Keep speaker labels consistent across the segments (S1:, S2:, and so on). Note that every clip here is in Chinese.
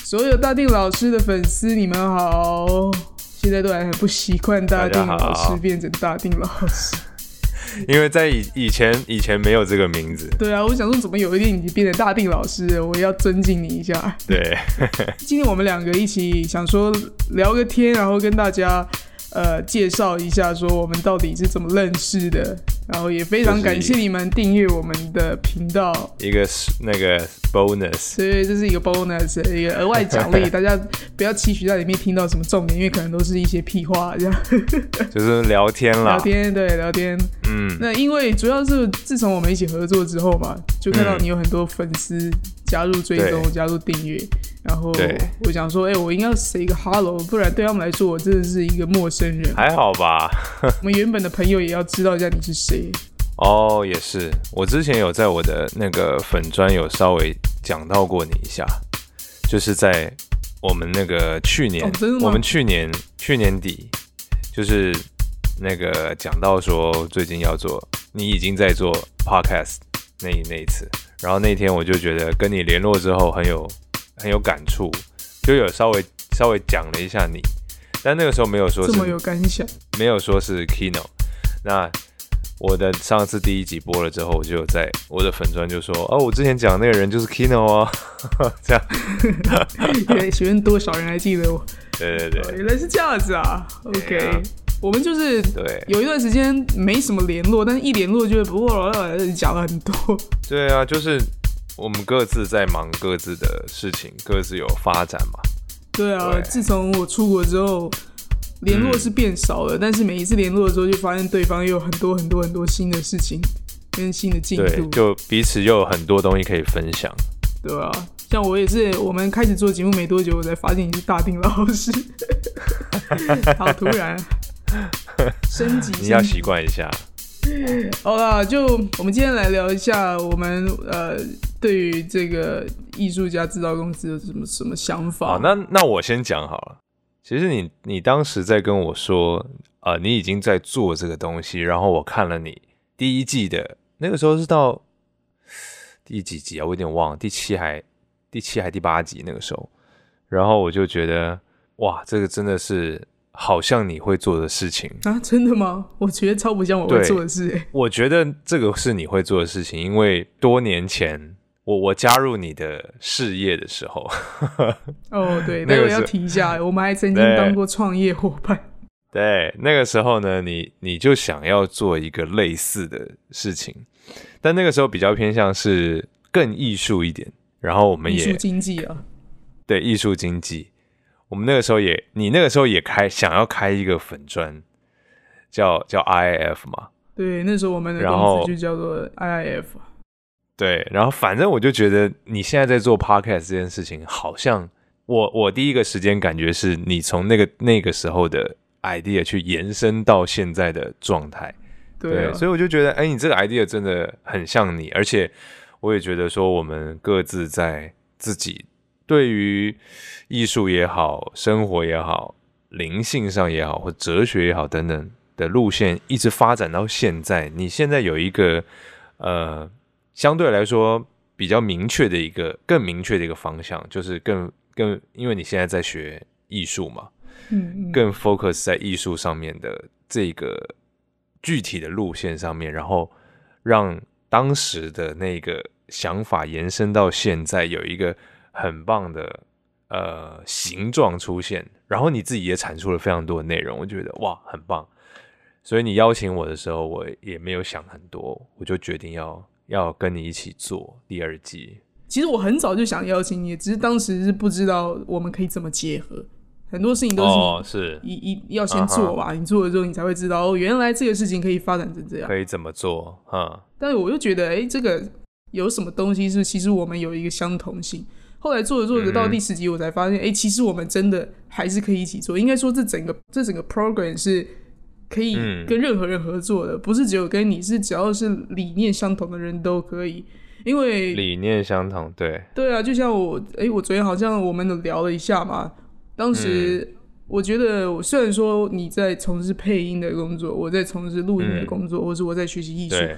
S1: 所有大定老师的粉丝，你们好！现在都还很不习惯大定老师变成大定老师，
S2: 因为在以前没有这个名字。
S1: 对啊，我想说怎么有一天你变成大定老师了，我也要尊敬你一下。
S2: 对，
S1: 今天我们两个一起想说聊个天，然后跟大家介绍一下说我们到底是怎么认识的，然后也非常感谢你们订阅我们的频道，
S2: 一个那个 bonus，
S1: 对，这是一个 bonus， 一个额外奖励，大家不要期许在里面听到什么重点，因为可能都是一些屁话这样，
S2: 就是聊天啦，
S1: 聊天，对，聊天。那因为主要是自从我们一起合作之后嘛，就看到你有很多粉丝加入追踪、加入订阅，然后我想说，我应该要 say 一个 hello， 不然对他们来说我真的是一个陌生人。
S2: 还好吧，
S1: 我们原本的朋友也要知道一下你是谁。
S2: 哦，也是，我之前有在我的那个粉专有稍微讲到过你一下，就是在我们那个去年，我们去年底就是那个讲到说最近要做，你已经在做 podcast 那一次，然后那天我就觉得跟你联络之后很有感触，就有稍微讲了一下你，但那个时候没有说是
S1: 这么有感想，没
S2: 有说是 Kino。那我的上次第一集播了之后，我就有在我的粉专就说，我之前讲那个人就是 Kino 哦，这样。
S1: 对，请问多少人还记得我？
S2: 对，
S1: 原来是这样子啊。OK，我们就是有一段时间没什么联络，但是一联络就会讲了很多。
S2: 对啊，就是我们各自在忙各自的事情，各自有发展嘛。
S1: 对啊，自从我出国之后，联络是变少了，但是每一次联络的时候，就发现对方又有很多新的事情跟新的进度，
S2: 对，就彼此又有很多东西可以分享。
S1: 对啊，像我也是，我们开始做节目没多久，我才发现你是大定老师，好突然，升级，
S2: 你要习惯一下。
S1: 好啦，就我们今天来聊一下我们对于这个艺术家制造公司有什么想法。
S2: 好，那我先讲好了。其实你当时在跟我说，你已经在做这个东西，然后我看了你第一季的，那个时候是到第几集啊？我有点忘了，第七还第8集那个时候，然后我就觉得，哇，这个真的是好像你会做的事情
S1: 啊！真的吗？我觉得超不像我会做的事。
S2: 我觉得这个是你会做的事情，因为多年前。我加入你的事业的时候，
S1: 对，那我要提一下，我们还曾经当过创业伙伴。
S2: 对，那个时候呢，你就想要做一个类似的事情，但那个时候比较偏向是更艺术一点。然后我们也
S1: 艺术经济啊，
S2: 对，艺术经济。我们那个时候你那个时候也想要开一个粉专，叫 IIF 嘛。
S1: 对，那时候我们的公司就叫做 IIF。
S2: 对，然后反正我就觉得你现在在做 podcast 这件事情，好像我第一个时间感觉是你从那个时候的 idea 去延伸到现在的状态。对，所以我就觉得，你这个 idea 真的很像你，而且我也觉得说，我们各自在自己对于艺术也好、生活也好、灵性上也好，或哲学也好等等的路线，一直发展到现在。你现在有一个相对来说比较更明确的一个方向，就是更因为你现在在学艺术嘛，更 focus 在艺术上面的这个具体的路线上面，然后让当时的那个想法延伸到现在，有一个很棒的形状出现，然后你自己也产出了非常多的内容，我觉得哇很棒。所以你邀请我的时候，我也没有想很多，我就决定要跟你一起做第二季。
S1: 其实我很早就想邀请你，只是当时是不知道我们可以怎么结合，很多事情都是要先做吧，你做了之后你才会知道原来这个事情可以发展成这样，
S2: 可以怎么做。
S1: 但是我就觉得这个有什么东西是其实我们有一个相同性。后来做着到第10集，我才发现其实我们真的还是可以一起做。应该说这整个 program 是可以跟任何人合作的，不是只有跟你，是只要是理念相同的人都可以。因为
S2: 理念相同，对
S1: 啊，就像我昨天好像我们聊了一下嘛，当时我觉得虽然说你在从事配音的工作，我在从事录音的工作，或是我在学习艺术，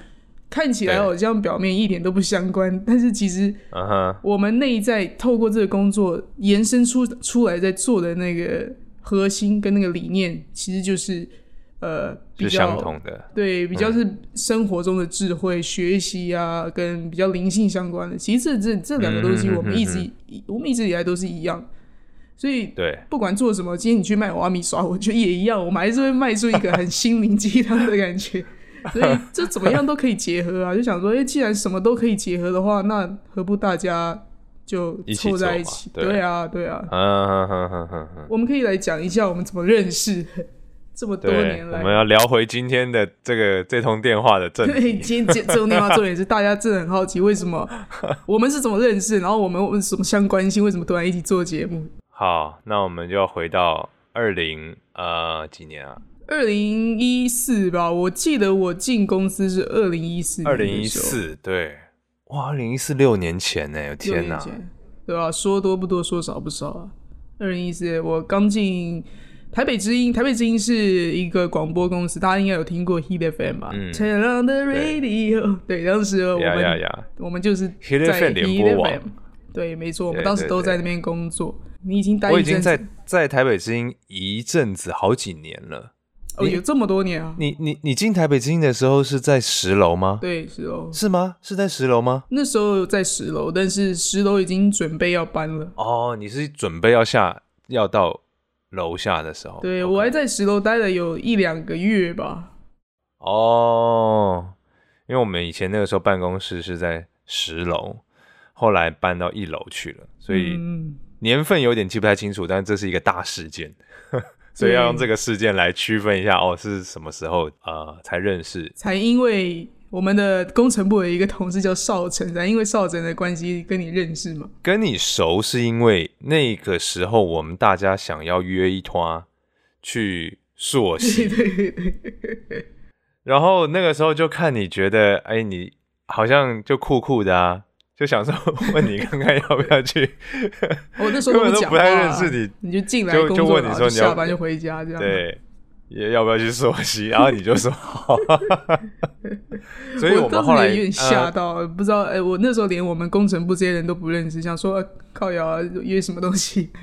S1: 看起来好像表面一点都不相关，但是其实我们内在透过这个工作延伸出来在做的那个核心跟那个理念，其实就是比较
S2: 是相同的，
S1: 对，比较是生活中的智慧、学习啊，跟比较灵性相关的。其实这两个东西，我们一直以来都是一样。所以，
S2: 对，
S1: 不管做什么，今天你去卖瓦米刷，我觉得也一样，我们还是会卖出一个很心灵鸡汤的感觉。所以这怎么样都可以结合啊！就想说，既然什么都可以结合的话，那何不大家就凑在一起？对啊，对啊。我们可以来讲一下我们怎么认识的。这么多年来，
S2: 我们要聊回今天的这通电话的正题。
S1: 对，今天这通电话重点是大家真的很好奇，为什么我们是怎么认识，然后我们什么相关性，为什么突然一起做节目？
S2: 好，那我们就要回到几年啊
S1: ？2014吧，我记得我进公司是2014年。
S2: 2014，对，哇，2014 6年前呢，天哪，
S1: 对吧？说多不多，说少不少啊。2014我刚进台北之音，台北之音是一个广播公司，大家应该有听过 Hit FM 吧？Turn on the radio， 对，当时我们就是在
S2: Hit FM 联播网，
S1: 对，没错，我们当时都在那边工作。你已经待一阵子，
S2: 我已经在台北之音一阵子，好几年了。
S1: 哦，有这么多年啊！
S2: 你进台北之音的时候是在10楼吗？
S1: 对，10楼。
S2: 是吗？是在10楼吗？
S1: 那时候在10楼，但是10楼已经准备要搬了。
S2: 哦，你是准备要到楼下的时候？
S1: 对，我还在10楼待了有1-2个月吧。
S2: 哦，因为我们以前那个时候办公室是在10楼，后来搬到1楼去了，所以年份有点记不太清楚，但这是一个大事件。所以要用这个事件来区分一下，是什么时候才认识？
S1: 才因为我们的工程部有一个同事叫少成，才因为少成的關係跟你認識嗎？
S2: 跟你熟是因為那個時候我們大家想要約一團去溯溪，
S1: 對。
S2: 然後那個時候就看你覺得，你好像就酷酷的啊。就想說問你看看要不要去，
S1: 我那時候
S2: 根本都不太認識你，
S1: 你就進來工作，就問你說你下班就回家這樣。
S2: 對，也要不要去溯溪，然後你就說好。所以我們後來
S1: 我當時也有點嚇到，不知道我那時候連我們工程部這些人都不認識，想說靠腰啊約什麼東西。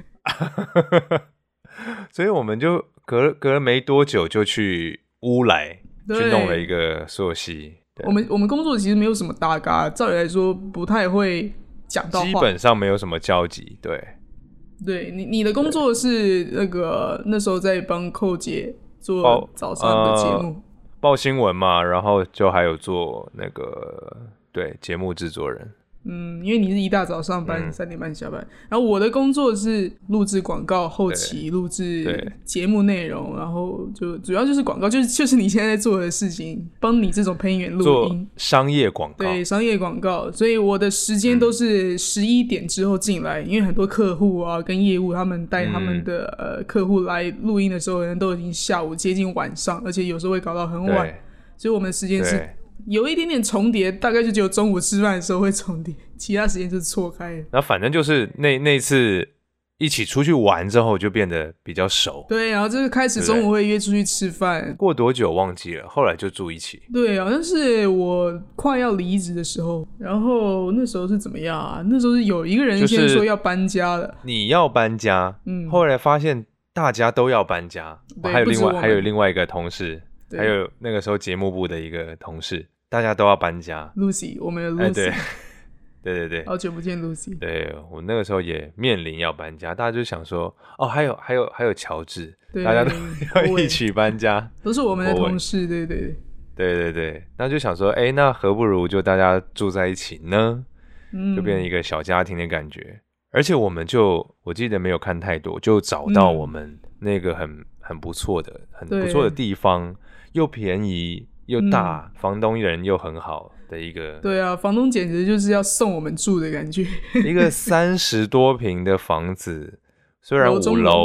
S2: 所以我們就隔了沒多久就去烏來去弄了一個溯溪。
S1: 我們工作其實沒有什麼大咖，照理來說不太會講到話，
S2: 基本上沒有什麼交集。
S1: 對，你的工作是那時候在幫寇姐做早上的節目，
S2: 報新聞嘛，然後就還有做節目製作人。
S1: 因為你是一大早上班，3點半下班。然後我的工作是錄製廣告後期，錄製節目內容，然後就主要就是廣告，就是你現在在做的事情，幫你這種配音員錄音，
S2: 做商業廣告。
S1: 對，商業廣告。所以我的時間都是11點之後進來，因為很多客戶啊跟業務他們帶他們的客戶來錄音的時候，人都已經下午接近晚上，而且有時候會搞到很晚，所以我們的時間是有一點點重疊，大概就只有中午吃飯的時候會重疊，其他時間就是錯開的。
S2: 然後反正就是那次一起出去玩之後就變得比較熟。
S1: 對，然後就是開始中午會約出去吃飯。
S2: 過多久忘記了，後來就住一起。
S1: 對，好像是我快要離職的時候，然後那時候是怎麼樣啊？那時候是有一個人先說要搬家了，
S2: 你要搬家，後來發現大家都要搬家，還有另外一個同事，還有那個時候節目部的一個同事，大家都要搬家。
S1: Lucy， 我們有 Lucy，
S2: 對，
S1: 好久不見 Lucy。
S2: 對，我那個時候也面臨要搬家，大家就想說，還有喬治，大家都要一起搬家，
S1: 都是我們的同事，對，
S2: 那就想說，那何不如就大家住在一起呢？就變成一個小家庭的感覺。而且我們我記得沒有看太多，就找到我們那個很不錯的地方，又便宜又大，房東人又很好的一個。對
S1: 啊，房東簡直就是要送我們住的感覺。
S2: 一個30多坪的房子，雖然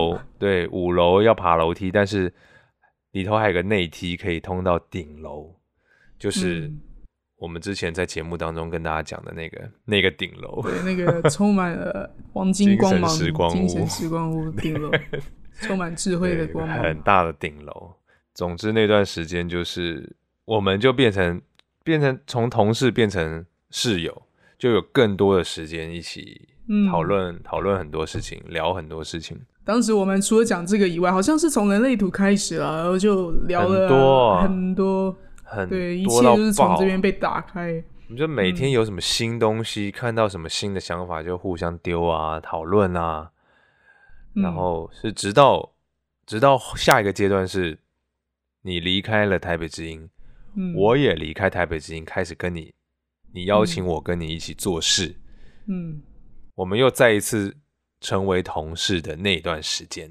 S2: 5樓要爬樓梯，但是裡頭還有個內梯可以通到頂樓，就是我們之前在節目當中跟大家講的那個頂樓。
S1: 對，那個充滿了黃金光芒
S2: 精神時光屋
S1: 頂樓，充滿智慧的光芒，
S2: 很大的頂樓。總之那段時間就是我們就變成变成从同事变成室友，就有更多的时间一起讨论很多事情，聊很多事情。
S1: 当时我们除了讲这个以外，好像是从人类图开始啦，然后就聊了很多，对，一切就是从这边被打开。
S2: 我们就每天有什么新东西，看到什么新的想法就互相丢啊，讨论啊，然后是直到下一个阶段是你离开了台北之音，我也离开台北之音，开始跟你邀请我跟你一起做事，我们又再一次成为同事的那段时间，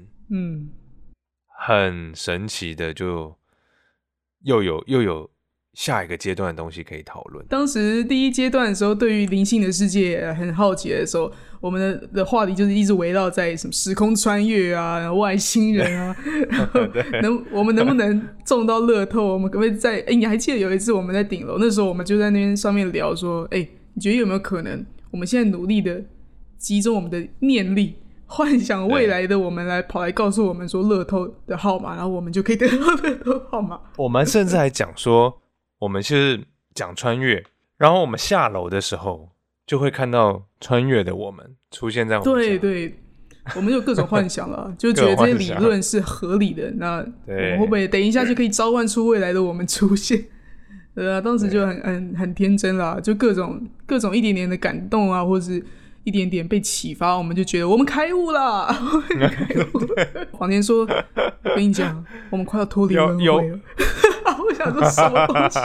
S2: 很神奇的就又有下一个阶段的东西可以讨论。
S1: 当时第一阶段的时候，对于灵性的世界很好奇的时候，我们的话题就是一直围绕在什么时空穿越啊、外星人啊，我们能不能中到乐透？我们可不可以在？你还记得有一次我们在顶楼，那时候我们就在那边上面聊说，你觉得有没有可能，我们现在努力的集中我们的念力，幻想未来的我们跑来告诉我们说乐透的号码，然后我们就可以得到乐透号码。
S2: 我们甚至还讲说，我们是讲穿越，然后我们下楼的时候就会看到穿越的我们出现在我们家。
S1: 对，我们有各种幻想了，就觉得这些理论是合理的。那我们会不会等一下就可以召唤出未来的我们出现？当时就很天真啦，就各种一点点的感动啊，或是一点点被启发，我们就觉得我们开悟啦。黄天说：“我跟你讲，我们快要脱离轮回了。”我想说什么东西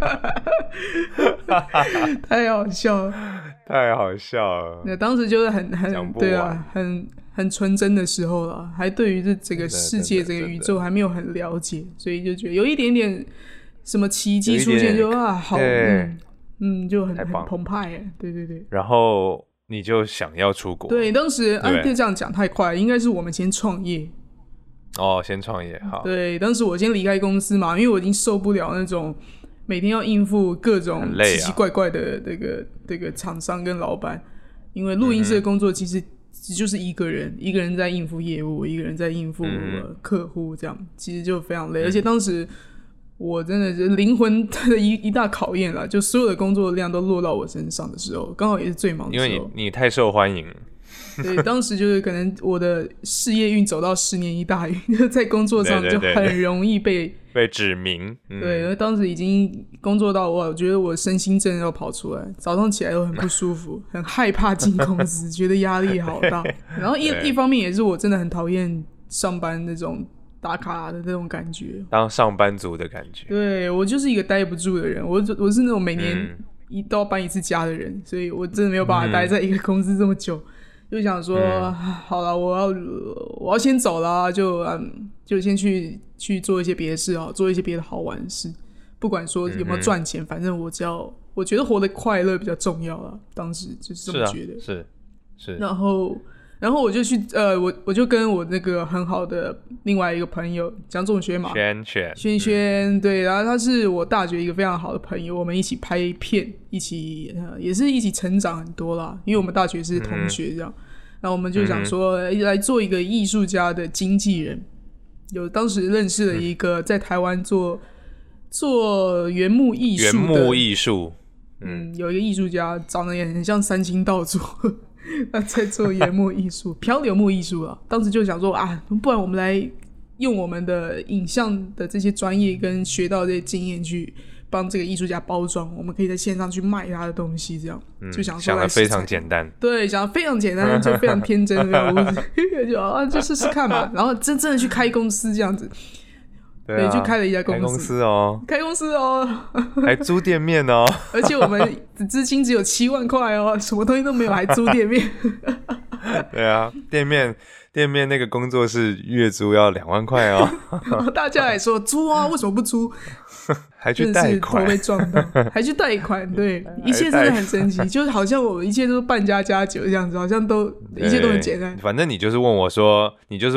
S1: 太好笑了，
S2: 太好笑了。
S1: 那当时就是很对啊，很纯真的时候了，还对于这个世界、这个宇宙还没有很了解，所以就觉得有一点点什么奇迹出现，就好，就很澎湃耶，对。
S2: 然后你就想要出国，
S1: 对，当时就这样讲太快，应该是我们先创业。
S2: 先创业好。
S1: 对，当时我先离开公司嘛，因为我已经受不了那种每天要应付各种奇奇怪怪的这个厂商跟老板，因为录音室的工作其实就是一个人在应付业务，一个人在应付客户，这样其实就非常累，而且当时我真的是灵魂的一大考验啦，就所有的工作量都落到我身上的时候，刚好也是最忙的时候，
S2: 因为你太受欢迎了。
S1: 对，当时就是可能我的事业运走到10年一大运，就在工作上就很容易被
S2: 指名。
S1: 对，因为当时已经工作到我觉得我身心症要跑出来，早上起来都很不舒服，很害怕进公司，觉得压力好大。然后一方面也是我真的很讨厌上班那种打卡的那种感觉，
S2: 当上班族的感觉。
S1: 对，我就是一个待不住的人，我是那种每年都要搬一次家的人，所以我真的没有办法待在一个公司这么久。就想说，好了，我要先走了，就先去做一些別的事啊，做一些別的好玩的事，不管说有没有赚钱，反正我觉得活得快乐比较重要啊。当时就是这么觉得，
S2: 是。
S1: 然后我就去我就跟我那个很好的另外一个朋友江仲轩嘛，轩，对，然后他是我大学一个非常好的朋友，我们一起拍片，一起也是一起成长很多啦，因为我们大学是同学这样，然后我们就想说来做一个艺术家的经纪人，当时认识了一个在台湾做原木艺术，有一个艺术家长得也很像三清道祖。他在做原木艺术漂流木艺术啊，当时就想说不然我们来用我们的影像的这些专业跟学到这些经验去帮这个艺术家包装，我们可以在线上去卖他的东西，这样就想说
S2: 想得非常简单，
S1: 对，想得非常简单，就非常天真，就试试看嘛，然后真正的去开公司这样子。对，就开了一家公司，开公司哦，
S2: 还租店面哦，
S1: 而且我们资金只有7万块哦，什么东西都没有，还租店面。
S2: 对啊，店面那个工作室月租要2万块哦。
S1: 大家还说租啊，为什么不租？
S2: 还去贷款，
S1: 头被撞到，还去贷款，对，一切真的很神奇，就好像我们一切都是扮家家酒这样子，好像一切都很简单。
S2: 反正你就是问我说，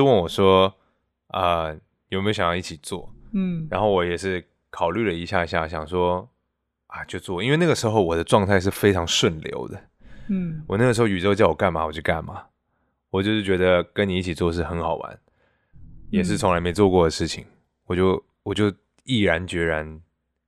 S2: 有没有想要一起做？然后我也是考虑了一下，想说就做，因为那个时候我的状态是非常顺流的。我那个时候宇宙叫我干嘛我就干嘛，我就是觉得跟你一起做事很好玩，也是从来没做过的事情，我就毅然决然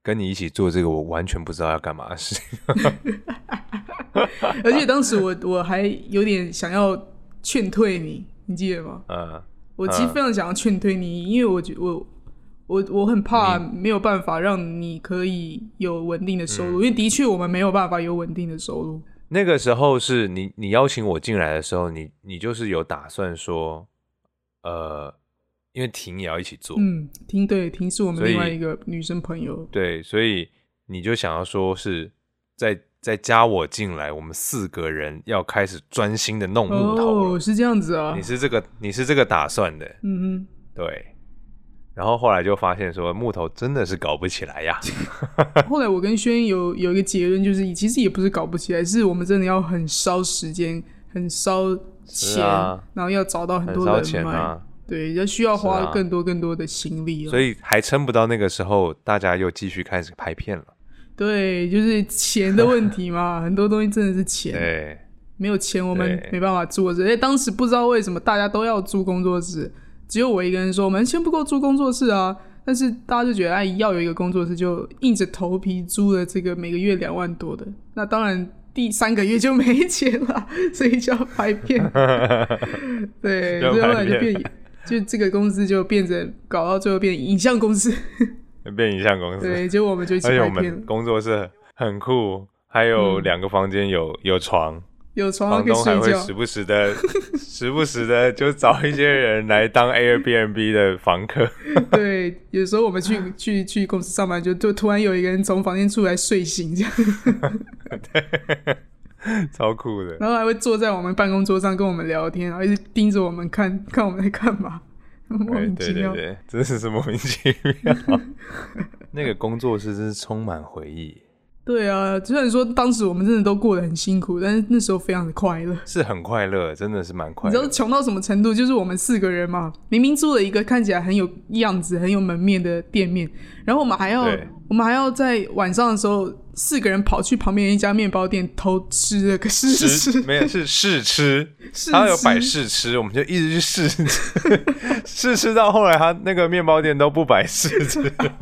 S2: 跟你一起做这个我完全不知道要干嘛的事情。
S1: 而且当时我还有点想要劝退你，你记得吗？我其实非常想要劝退你，因为我很怕没有办法让你可以有稳定的收入，因为的确我们没有办法有稳定的收入。
S2: 那个时候是你邀请我进来的时候，你就是有打算说，因为婷也要一起做，
S1: 婷是我们另外一个女生朋友，
S2: 对，所以你就想要说是再加我进来，我们4个人要开始专心的弄木头了。
S1: 是这样子啊？
S2: 你是这个打算的，对。然后后来就发现说木头真的是搞不起来呀。
S1: 后来我跟轩有一个结论，就是其实也不是搞不起来，是我们真的要很烧时间，很烧钱，然后要找到很多人脉，对，要需要花更多的心力，
S2: 所以还撑不到那个时候，大家又继续开始拍片了。
S1: 对，就是钱的问题嘛，很多东西真的是钱。
S2: 对，
S1: 没有钱我们没办法做这。因为当时不知道为什么大家都要租工作室，只有我一个人说我们钱不够租工作室啊。但是大家就觉得要有一个工作室，就硬着头皮租了这个每个月2万多的。那当然第3个月就没钱了，所以就要拍片。对，所以后来就这个公司就变成搞到最后变影像公司。
S2: 变影像公司，
S1: 对，结果我们就一起拍片了。
S2: 而且我们工作室很酷，还有2个房间有床，
S1: 有床可以睡觉。
S2: 房东还会时不时的就找一些人来当 Airbnb 的房客。
S1: 对，有时候我们去公司上班，就突然有一个人从房间出来睡醒，这样。
S2: 对，超酷的。
S1: 然后还会坐在我们办公桌上跟我们聊天，然后一直盯着我们看我们在干嘛。莫名其妙，
S2: 对，真的是莫名其妙。那个工作室真是充满回忆。
S1: 对啊，虽然说当时我们真的都过得很辛苦，但是那时候非常的快乐，
S2: 是很快乐，真的是蛮快乐。
S1: 你知道穷到什么程度？就是我们4个人嘛，明明租了一个看起来很有样子、很有门面的店面，然后我们还要在晚上的时候4个人跑去旁边一家面包店偷吃了个试吃，
S2: 没有是试吃，他有摆试吃，我们就一直去试吃，试吃到后来他那个面包店都不摆试吃。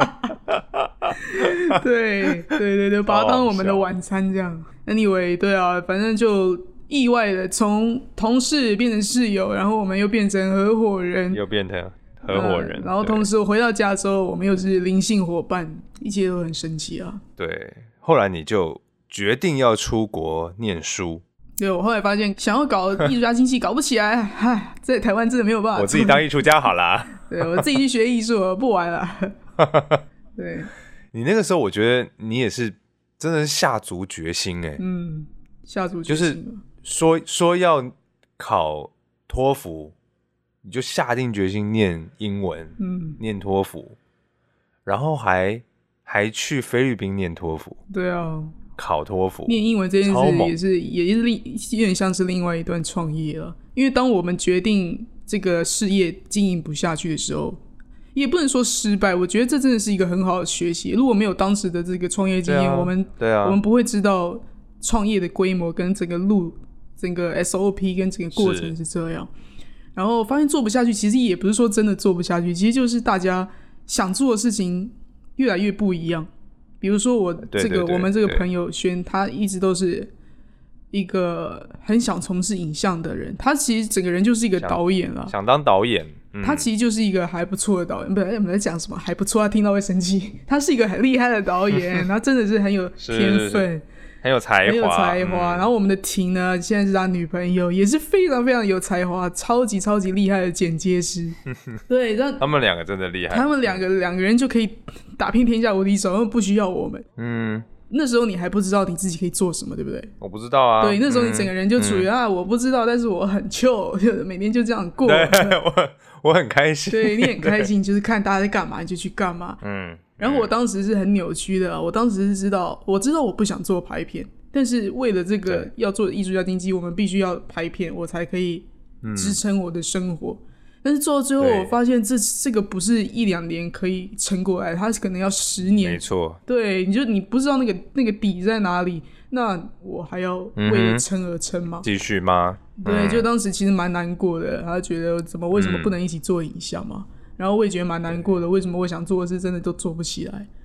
S2: 对，
S1: 把它当我们的晚餐这样。Anyway， 对啊，反正就意外的从同事变成室友，然后我们又变成合伙人，然后同时我回到家之后，我们又是灵性伙伴，一切都很神奇啊。
S2: 对，后来你就决定要出国念书。
S1: 对，我后来发现想要搞艺术家经济搞不起来，在台湾真的没有办法。
S2: 我自己当艺术家好啦。
S1: 对，我自己去学艺术，不玩了。对，
S2: 你那个时候我觉得你也是真的是下足决心
S1: 下足决心
S2: 就是说要考托福，你就下定决心念英文，念托福，然后还去菲律宾念托福。
S1: 对啊，
S2: 考托福
S1: 念英文这件事也是有点像是另外一段创业了。因为当我们决定这个事业经营不下去的时候，也不能说失败，我觉得这真的是一个很好的学习。如果没有当时的这个创业经验，我们不会知道创业的规模跟整个路、整个 SOP 跟整个过程是这样。然后发现做不下去，其实也不是说真的做不下去，其实就是大家想做的事情越来越不一样。比如说我们这个朋友轩，他一直都是一个很想从事影像的人，他其实整个人就是一个导演了，
S2: 想当导演。
S1: 他其实就是一个还不错的导演，不是我们在讲什么还不错，他听到会生气。他是一个很厉害的导演，他真的是很有天分，
S2: 很有才华。
S1: 然后我们的婷呢，现在是他女朋友，也是非常非常有才华，超级超级厉害的剪接师。对，
S2: 他们2个真的厉害，
S1: 他们两个人就可以打遍天下无敌手，他们不需要我们。那时候你还不知道你自己可以做什么，对不对？
S2: 我不知道啊。
S1: 对，那时候你整个人就处于我不知道，但是我很 chill， 就每天就这样过。
S2: 对，我很开心。
S1: 对，你很开心，就是看大家在干嘛，你就去干嘛。然后我当时是很扭曲的，我当时是我知道我不想做拍片，但是为了这个要做艺术家经济，我们必须要拍片，我才可以支撑我的生活。但是做到最后，我发现这个不是1-2年可以撑过来，它可能要10年。
S2: 没错，
S1: 对，你不知道那个底在哪里，那我还要为了撑而撑吗？
S2: 继续吗？
S1: 对，就当时其实蛮难过的，他觉得为什么不能一起做影像嘛？然后我也觉得蛮难过的，为什么我想做的事真的都做不起来？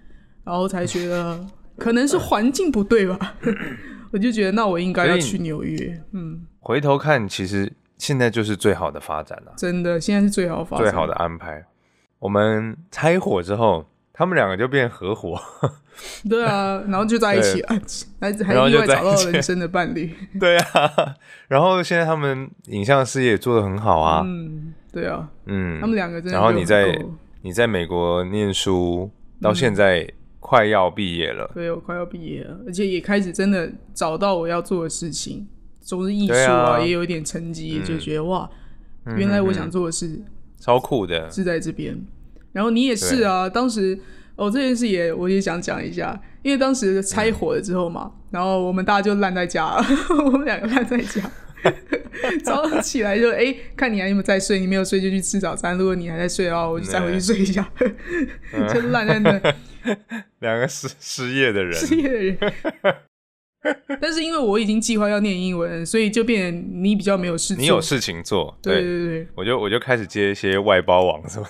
S1: 然后才觉得可能是环境不对吧，我就觉得那我应该要去纽约。
S2: 回头看，其实现在就是最好的发展了，
S1: 真的，现在是最好的发展，
S2: 最好的安排。我们拆伙之后，他们两个就变合伙。
S1: 对啊，然后就在一起了，还意外找到人生的伴侣。
S2: 对啊，然后现在他们影像事业做得很好啊。
S1: 对啊，他们两个真的。
S2: 然后你在美国念书，到现在快要毕业了。
S1: 对，我快要毕业了，而且也开始真的找到我要做的事情，从事艺术啊，也有一点成绩，就觉得哇，原来我想做的事
S2: 超酷的，
S1: 是在这边。然后你也是啊，当时。这件事我也想讲一下，因为当时拆伙了之后嘛，然后我们大家就烂在家了，我们两个烂在家，早上起来就看你还有没有在睡，你没有睡就去吃早餐，如果你还在睡的话，我就再回去睡一下，就烂在那。
S2: 两个失业的人，
S1: 但是因为我已经计划要念英文，所以就变成你比较没有事做，
S2: 你有事情做，
S1: 对，
S2: 我就开始接一些外包网是吧？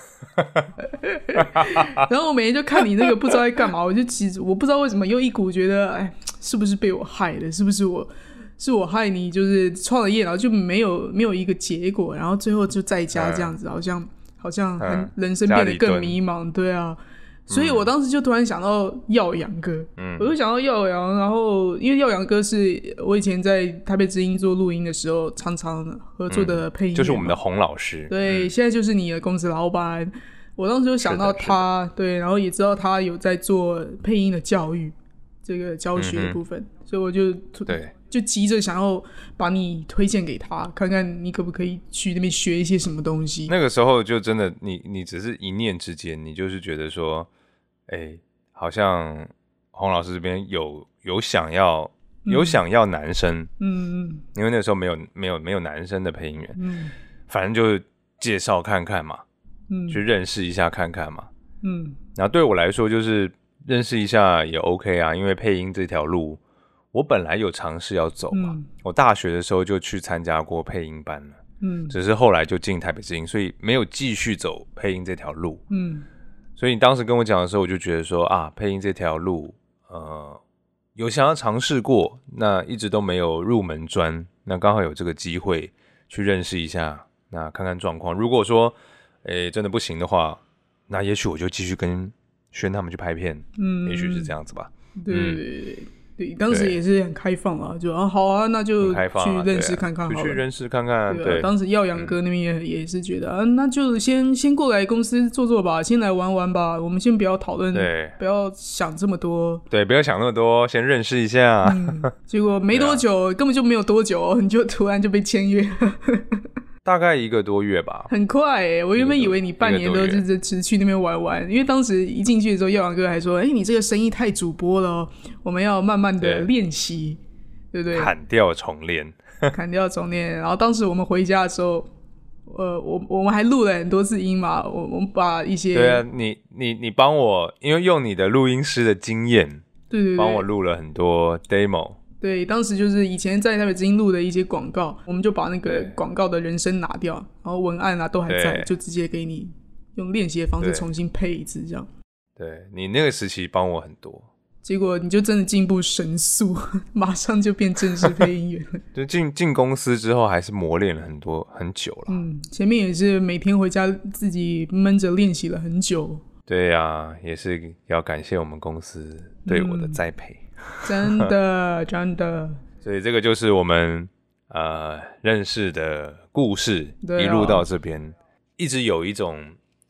S1: 然后我每天就看你那个不知道在干嘛，其实我不知道为什么又一股觉得，是不是被我害的？是不是我害你？就是创了业，然后就没有一个结果，然后最后就在家这样子，好像人生变得更迷茫，对啊。所以我当时就突然想到耀阳哥，我就想到耀阳，然后因为耀阳哥是我以前在台北之音做录音的时候常常合作的配音员，
S2: 就是我们的洪老师，
S1: 对，现在就是你的公司老板。我当时就想到他，对，然后也知道他有在做配音的教育这个教学的部分，所以我就急着想要把你推荐给他，看看你可不可以去那边学一些什么东西。
S2: 那个时候就真的你只是一念之间，你就是觉得说好像洪老师这边有想要男生，因为那个时候没有男生的配音员，反正就介绍看看嘛，去认识一下看看嘛，然后对我来说就是认识一下也 OK 啊，因为配音这条路我本来有尝试要走嘛，我大学的时候就去参加过配音班了，只是后来就进台北之音，所以没有继续走配音这条路，所以你当时跟我讲的时候，我就觉得说配音这条路，有想要尝试过，那一直都没有入门砖，那刚好有这个机会去认识一下，那看看状况。如果说，真的不行的话，那也许我就继续跟轩他们去拍片，也许是这样子吧。
S1: 对，当时也是很开放啊，就好啊，那就去认识看看好了，
S2: 就去认识看看。对，
S1: 当时耀阳哥那边也是觉得那就先过来公司做做吧，先来玩玩吧，我们先不要讨论，不要想这么多，
S2: 对，不要想那么多，先认识一下。
S1: 结果没多久，根本就没有多久，你就突然就被签约了。
S2: 大概1个多月吧，
S1: 很快我原本以为你半年都只去那边玩玩，因为当时一进去的时候，耀阳哥还说：“你这个声音太主播了，我们要慢慢的练习，对不对？
S2: 砍掉重练，
S1: 砍掉重练。”然后当时我们回家的时候，我们还录了很多次音嘛，我们把一些
S2: 对啊，你帮我，因为用你的录音师的经验，
S1: 对，
S2: 帮我录了很多 demo。
S1: 对，当时就是以前在台北之音录的一些广告，我们就把那个广告的人声拿掉，然后文案都还在，就直接给你用练习的方式重新配一次，这样。对，
S2: 你那个时期帮我很多，
S1: 结果你就真的进步神速，马上就变正式配音员了。
S2: 就进公司之后，还是磨练了很久了。
S1: 前面也是每天回家自己闷着练习了很久。
S2: 对啊，也是要感谢我们公司对我的栽培。
S1: 真的真的，
S2: 所以这个就是我们认识的故事，一路到这边，一直有一种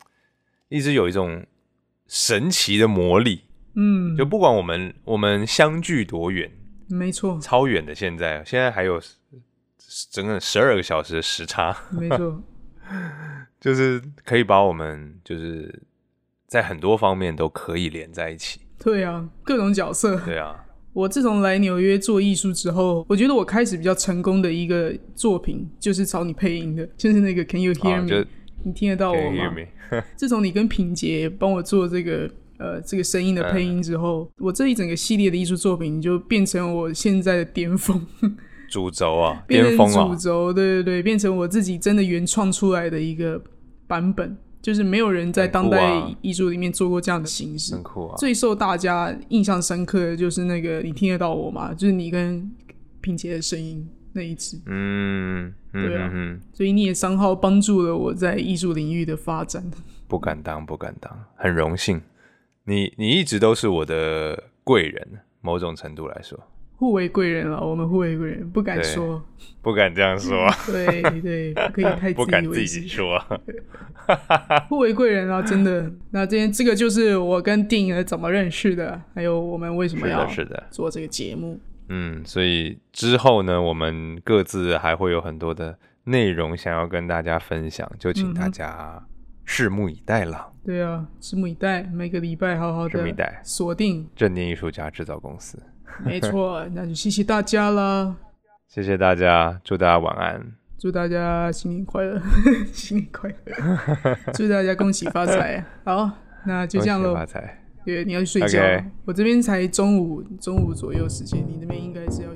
S2: 神奇的魔力。就不管我们相距多远，
S1: 没错，
S2: 超远的现在还有整整12个小时的时差，
S1: 没错，
S2: 就是可以把我们就是在很多方面都可以连在一起。
S1: 对啊，各种角色。
S2: 对啊，
S1: 我自从来纽约做艺术之后，我觉得我开始比较成功的一个作品就是找你配音的，就是那个 Can You Hear Me？你听得到我吗？自从你跟品杰帮我做这个声音的配音之后，我这一整个系列的艺术作品就变成我现在的巅峰。
S2: 主轴
S1: 变成主轴，对，变成我自己真的原创出来的一个版本。 就是没有人在当代艺术里面做过这样的形式，
S2: 很酷啊！
S1: 最受大家印象深刻的就是那个你听得到我吗？就是你跟品杰的声音那一支。对啊，所以你也商号帮助了我在艺术领域的发展。
S2: 不敢当，很荣幸。你一直都是我的贵人，某种程度来说。
S1: 互为贵人了，我们互为贵人，不敢说，
S2: 不敢这样说。
S1: 对，不可以太
S2: 不敢自己说。
S1: 互为贵人啊，真的。那今天这个就是我跟定怎么认识的，还有我们为什么要做这个节目。
S2: 所以之后呢，我们各自还会有很多的内容想要跟大家分享，就请大家拭目以待了。
S1: 对啊，拭目以待，每个礼拜好好的锁定
S2: 正念艺术家制造公司。
S1: 没错，那就谢谢大家啦！
S2: 谢谢大家，祝大家晚安，
S1: 祝大家新年快乐，新年快乐，祝大家恭喜发财。好，那就这样咯。
S2: 恭喜发财。
S1: 对，你要去睡觉。Okay. 我这边才中午左右时间，你那边应该是要。